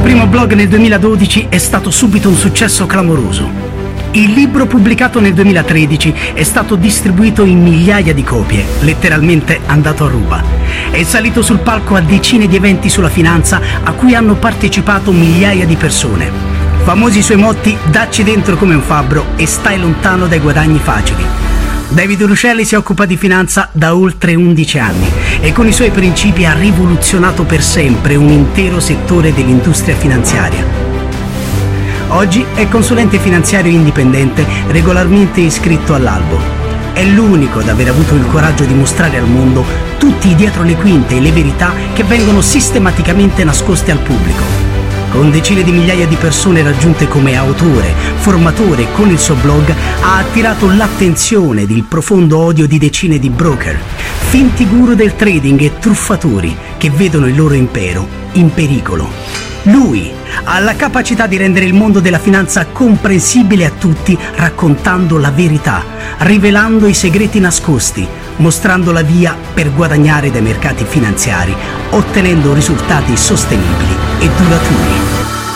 primo blog nel 2012 è stato subito un successo clamoroso. Il libro pubblicato nel 2013 è stato distribuito in migliaia di copie, letteralmente andato a ruba. È salito sul palco a decine di eventi sulla finanza a cui hanno partecipato migliaia di persone. Famosi i suoi motti: dacci dentro come un fabbro e stai lontano dai guadagni facili. David Ruscelli si occupa di finanza da oltre 11 anni e con i suoi principi ha rivoluzionato per sempre un intero settore dell'industria finanziaria. Oggi è consulente finanziario indipendente, regolarmente iscritto all'albo. È l'unico ad aver avuto il coraggio di mostrare al mondo tutti i dietro le quinte e le verità che vengono sistematicamente nascoste al pubblico. Con decine di migliaia di persone raggiunte come autore, formatore, con il suo blog ha attirato l'attenzione ed il profondo odio di decine di broker, finti guru del trading e truffatori che vedono il loro impero in pericolo. Lui ha la capacità di rendere il mondo della finanza comprensibile a tutti, raccontando la verità, rivelando i segreti nascosti, mostrando la via per guadagnare dai mercati finanziari, ottenendo risultati sostenibili e duraturi.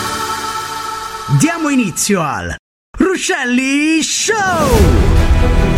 Diamo inizio al Ruscelli Show!